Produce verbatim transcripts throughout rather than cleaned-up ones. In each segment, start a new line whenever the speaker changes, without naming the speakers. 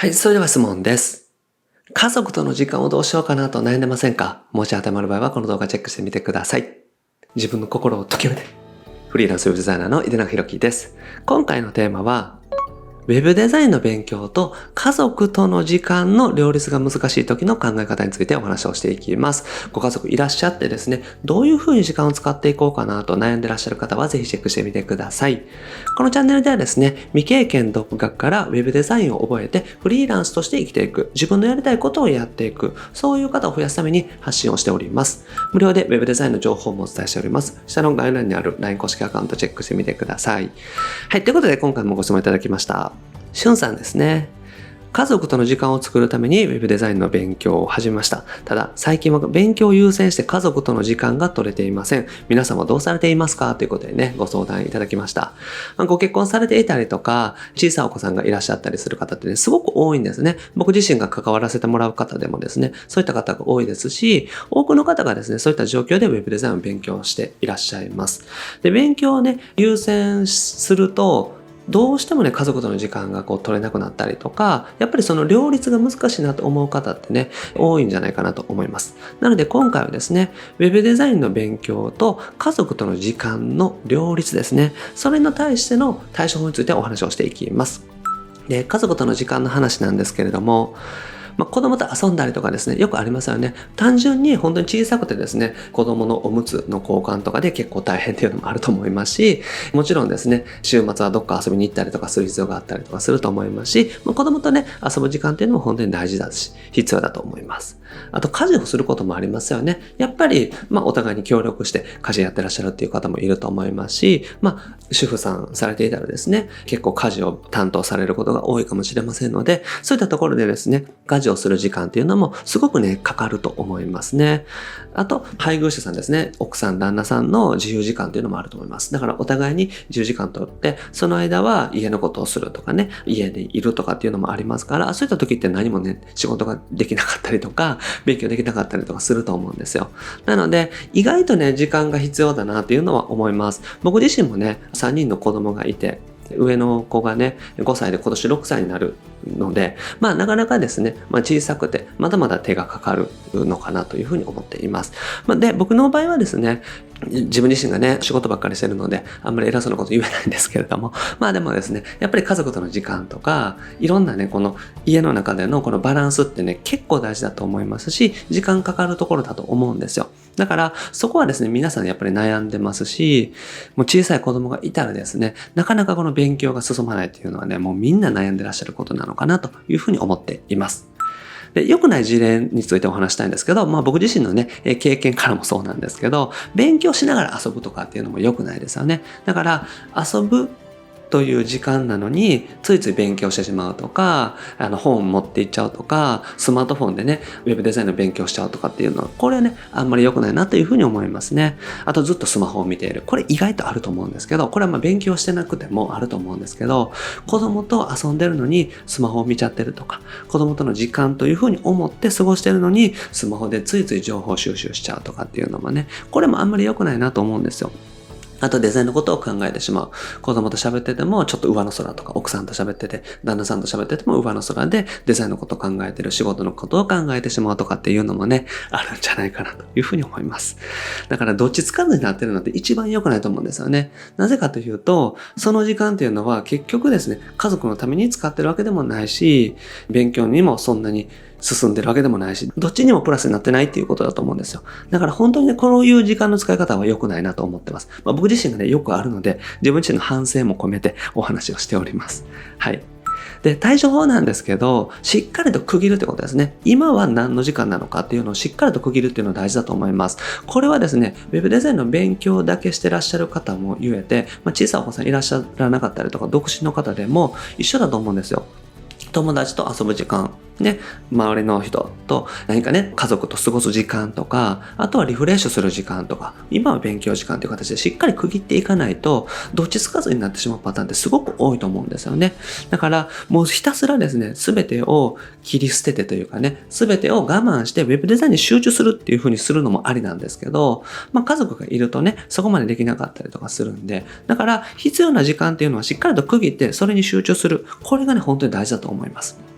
はい、それでは質問です。家族との時間をどうしようかなと悩んでませんか？もし当てはまる場合はこの動画チェックしてみてください。自分の心を解きめて。フリーランスウェブデザイナーの井出永弘樹です。今回のテーマは、ウェブデザインの勉強と家族との時間の両立が難しい時の考え方についてお話をしていきます。ご家族いらっしゃってですね、どういう風に時間を使っていこうかなと悩んでらっしゃる方はぜひチェックしてみてください。このチャンネルではですね、未経験独学からウェブデザインを覚えてフリーランスとして生きていく、自分のやりたいことをやっていく、そういう方を増やすために発信をしております。無料でウェブデザインの情報もお伝えしております。下の概要欄にある ライン 公式アカウントチェックしてみてください。はい、ということで今回もご質問いただきました。しゅんさんですね。家族との時間を作るためにウェブデザインの勉強を始めました。ただ、最近は勉強を優先して家族との時間が取れていません。皆様どうされていますかということでね、ご相談いただきました。ご結婚されていたりとか、小さいお子さんがいらっしゃったりする方ってね、すごく多いんですね。僕自身が関わらせてもらう方でもですね、そういった方が多いですし、多くの方がですね、そういった状況でウェブデザインを勉強していらっしゃいます。で、勉強をね、優先すると、どうしてもね、家族との時間がこう取れなくなったりとか、やっぱりその両立が難しいなと思う方ってね、多いんじゃないかなと思います。なので今回はですね、ウェブデザインの勉強と家族との時間の両立ですね、それに対しての対処法についてお話をしていきます。で、家族との時間の話なんですけれども、まあ、子供と遊んだりとかですね、よくありますよね。単純に本当に小さくてですね、子供のおむつの交換とかで結構大変っていうのもあると思いますし、もちろんですね、週末はどっか遊びに行ったりとかする必要があったりとかすると思いますし、まあ、子供とね、遊ぶ時間っていうのも本当に大事だし、必要だと思います。あと、家事をすることもありますよね。やっぱり、まあ、お互いに協力して家事やってらっしゃるっていう方もいると思いますし、まあ、主婦さんされていたらですね、結構家事を担当されることが多いかもしれませんので、そういったところでですね、家事をする時間っていうのもすごくね、かかると思いますね。あと、配偶者さんですね、奥さん、旦那さんの自由時間っていうのもあると思います。だからお互いに自由時間とって、その間は家のことをするとかね、家でいるとかっていうのもありますから、そういった時って何もね、仕事ができなかったりとか、勉強できなかったりとかすると思うんですよ。なので、意外とね、時間が必要だなっていうのは思います。僕自身もね、さんにんの子供がいて、上の子がね、ごさいで今年ろくさいになるので、まあなかなかですね、まあ小さくて、まだまだ手がかかるのかなというふうに思っています。まあ、で、僕の場合はですね、自分自身がね、仕事ばっかりしてるので、あんまり偉そうなこと言えないんですけれども、まあでもですね、やっぱり家族との時間とか、いろんなね、この家の中でのこのバランスってね、結構大事だと思いますし、時間かかるところだと思うんですよ。だから、そこはですね、皆さんやっぱり悩んでますし、もう小さい子供がいたらですね、なかなかこの勉強が進まないっていうのはね、もうみんな悩んでらっしゃることなのかなというふうに思っています。で、良くない事例についてお話したいんですけど、まあ僕自身のね、経験からもそうなんですけど、勉強しながら遊ぶとかっていうのも良くないですよね。だから、遊ぶという時間なのについつい勉強してしまうとか、あの本持っていっちゃうとか、スマートフォンでねウェブデザインの勉強しちゃうとかっていうのは、これはねあんまり良くないなというふうに思いますね。あとずっとスマホを見ている、これ意外とあると思うんですけど、これはまあ勉強してなくてもあると思うんですけど、子供と遊んでるのにスマホを見ちゃってるとか、子供との時間というふうに思って過ごしてるのにスマホでついつい情報収集しちゃうとかっていうのもね、これもあんまり良くないなと思うんですよ。あとデザインのことを考えてしまう。子供と喋っててもちょっと上の空とか、奥さんと喋ってて、旦那さんと喋ってても上の空でデザインのことを考えてる、仕事のことを考えてしまうとかっていうのもね、あるんじゃないかなというふうに思います。だからどっちつかずになってるのって一番良くないと思うんですよね。なぜかというと、その時間っていうのは結局ですね、家族のために使ってるわけでもないし、勉強にもそんなに進んでるわけでもないし、どっちにもプラスになってないっていうことだと思うんですよ。だから本当にね、こういう時間の使い方は良くないなと思ってます。まあ、僕自身がね、よくあるので、自分自身の反省も込めてお話をしております。はい。で、対処法なんですけど、しっかりと区切るってことですね。今は何の時間なのかっていうのをしっかりと区切るっていうのは大事だと思います。これはですね、ウェブデザインの勉強だけしてらっしゃる方も言えて、まあ、小さいお子さんいらっしゃらなかったりとか、独身の方でも一緒だと思うんですよ。友達と遊ぶ時間、ね、周りの人と何かね、家族と過ごす時間とか、あとはリフレッシュする時間とか、今は勉強時間という形でしっかり区切っていかないと、どっちつかずになってしまうパターンってすごく多いと思うんですよね。だから、もうひたすらですね、すべてを切り捨ててというかね、すべてを我慢してウェブデザインに集中するっていう風にするのもありなんですけど、まあ家族がいるとね、そこまでできなかったりとかするんで、だから必要な時間っていうのはしっかりと区切って、それに集中する。これがね、本当に大事だと思います。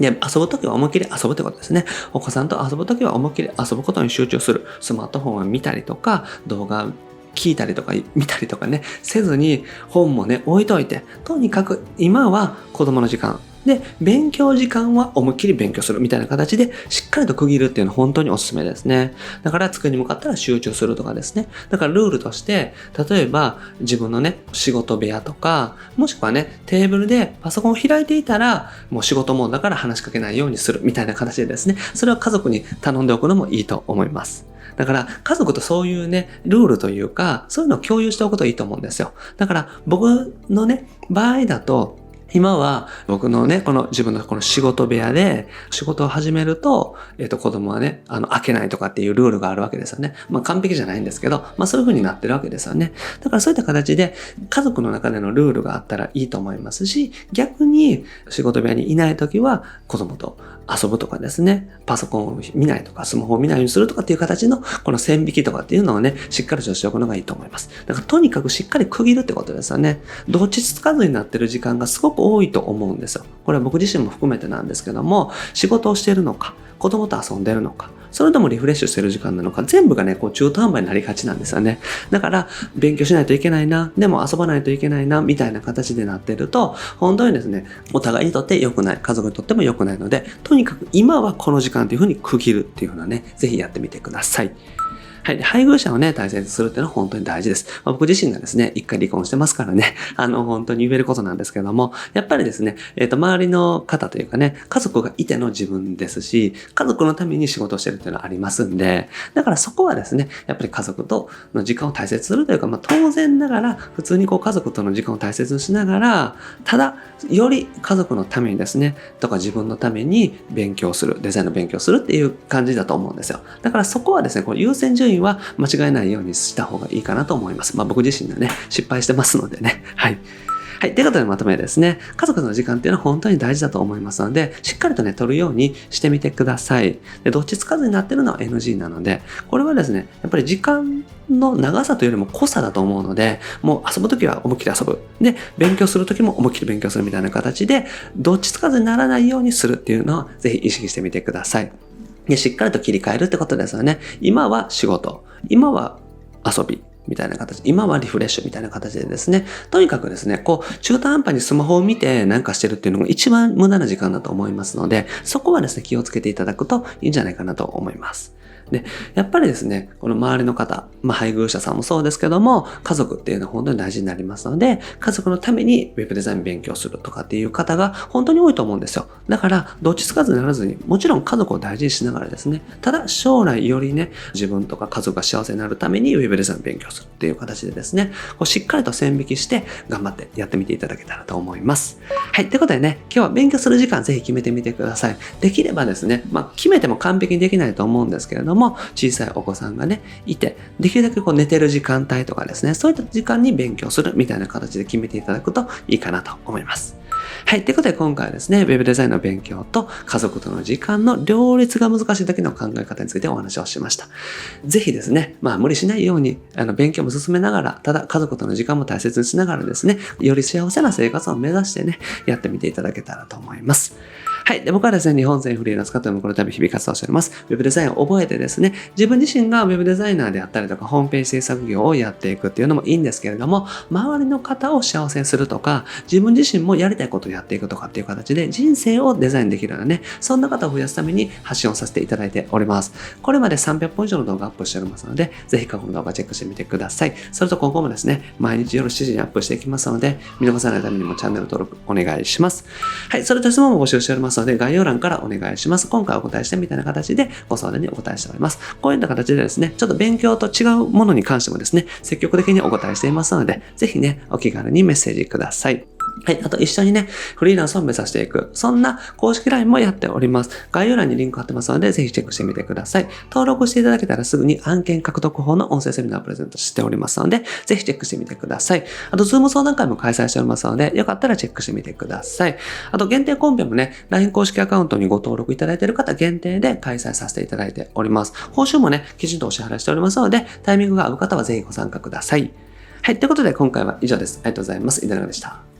で、遊ぶときは思いっきり遊ぶってことですね。お子さんと遊ぶときは思いっきり遊ぶことに集中する。スマートフォンを見たりとか、動画聞いたりとか見たりとかね、せずに本もね、置いといて、とにかく今は子供の時間。で、勉強時間は思いっきり勉強するみたいな形でしっかりと区切るっていうのは本当におすすめですね。だから机に向かったら集中するとかですね。だからルールとして、例えば自分のね、仕事部屋とか、もしくはね、テーブルでパソコンを開いていたら、もう仕事モードだから話しかけないようにするみたいな形でですね、それは家族に頼んでおくのもいいと思います。だから家族とそういうね、ルールというか、そういうのを共有しておくといいと思うんですよ。だから僕のね、場合だと、今は僕のね、この自分のこの仕事部屋で仕事を始めると、えっと子供はね、あの、開けないとかっていうルールがあるわけですよね。まあ完璧じゃないんですけど、まあそういう風になってるわけですよね。だからそういった形で家族の中でのルールがあったらいいと思いますし、逆に仕事部屋にいないときは子供と遊ぶとかですね、パソコンを見ないとか、スマホを見ないようにするとかっていう形のこの線引きとかっていうのをね、しっかりとしておくのがいいと思います。だからとにかくしっかり区切るってことですよね。どっちつかずになってる時間がすごく多いと思うんですよ。これは僕自身も含めてなんですけども、仕事をしているのか、子供と遊んでるのか、それともリフレッシュしてる時間なのか、全部がね、こう中途半端になりがちなんですよね。だから、勉強しないといけないな、でも遊ばないといけないな、みたいな形でなってると、本当にですね、お互いにとって良くない、家族にとっても良くないので、とにかく今はこの時間というふうに区切るっていうのはね、ぜひやってみてください。はい。配偶者をね、大切にするっていうのは本当に大事です。まあ、僕自身がですね、一回離婚してますからね、あの、本当に言えることなんですけども、やっぱりですね、えっと、周りの方というかね、家族がいての自分ですし、家族のために仕事をしてるっていうのはありますんで、だからそこはですね、やっぱり家族との時間を大切にするというか、まあ、当然ながら、普通にこう家族との時間を大切にしながら、ただ、より家族のためにですね、とか自分のために勉強する、デザインの勉強するっていう感じだと思うんですよ。だからそこはですね、こう優先順位は間違えないようにした方がいいかなと思います。まあ僕自身がね、失敗してますのでね。はい。はい。ということでまとめですね。家族の時間っていうのは本当に大事だと思いますので、しっかりとね、取るようにしてみてください。で、どっちつかずになってるのは エヌジー なので、これはですね、やっぱり時間の長さというよりも濃さだと思うので、もう遊ぶときは思いっきり遊ぶ。で、勉強するときも思いっきり勉強するみたいな形で、どっちつかずにならないようにするっていうのは、ぜひ意識してみてください。で、しっかりと切り替えるってことですよね。今は仕事。今は遊び。みたいな形。今はリフレッシュみたいな形でですね。とにかくですね、こう、中途半端にスマホを見てなんかしてるっていうのが一番無駄な時間だと思いますので、そこはですね、気をつけていただくといいんじゃないかなと思います。で、やっぱりですね、この周りの方、まあ配偶者さんもそうですけども、家族っていうのは本当に大事になりますので、家族のためにウェブデザイン勉強するとかっていう方が本当に多いと思うんですよ。だから、どっちつかずにならずに、もちろん家族を大事にしながらですね、ただ将来よりね、自分とか家族が幸せになるためにウェブデザイン勉強するっていう形でですね、こうしっかりと線引きして頑張ってやってみていただけたらと思います。はい。ということでね、今日は勉強する時間ぜひ決めてみてください。できればですね、まあ決めても完璧にできないと思うんですけれども、小さいお子さんがね、いて、できるだけこう寝てる時間帯とかですね、そういった時間に勉強するみたいな形で決めていただくといいかなと思います。はい。ということで今回はですね、ウェブデザインの勉強と家族との時間の両立が難しい時の考え方についてお話をしました。ぜひですね、まあ無理しないように、あの、勉強も進めながら、ただ家族との時間も大切にしながらですね、より幸せな生活を目指してね、やってみていただけたらと思います。はい。で、僕はですね、日本全フリーランス化というこの度日々活動しております。ウェブデザインを覚えてですね、自分自身がウェブデザイナーであったりとか、ホームページ制作業をやっていくっていうのもいいんですけれども、周りの方を幸せにするとか、自分自身もやりたいことをやっていくとかっていう形で人生をデザインできるようなね、そんな方を増やすために発信をさせていただいております。これまでさんびゃっぽん以上の動画アップしておりますので、ぜひ過去の動画チェックしてみてください。それと今後もですね、毎日夜しちじにアップしていきますので、見逃さないためにもチャンネル登録お願いします。はい。それと質問も募集しておりますので、概要欄からお願いします。今回お答えしてみたいな形でご相談にお答えしております。こういった形でですね、ちょっと勉強と違うものに関してもですね、積極的にお答えしていますので、ぜひね、お気軽にメッセージください。はい。あと一緒にね、フリーランスを目指していく。そんな公式 ライン もやっております。概要欄にリンク貼ってますので、ぜひチェックしてみてください。登録していただけたらすぐに案件獲得法の音声セミナーをプレゼントしておりますので、ぜひチェックしてみてください。あと、ズーム相談会も開催しておりますので、よかったらチェックしてみてください。あと、限定コンペもね、ライン 公式アカウントにご登録いただいている方限定で開催させていただいております。報酬もね、きちんとお支払いしておりますので、タイミングが合う方はぜひご参加ください。はい。ということで、今回は以上です。ありがとうございます。井田中でした。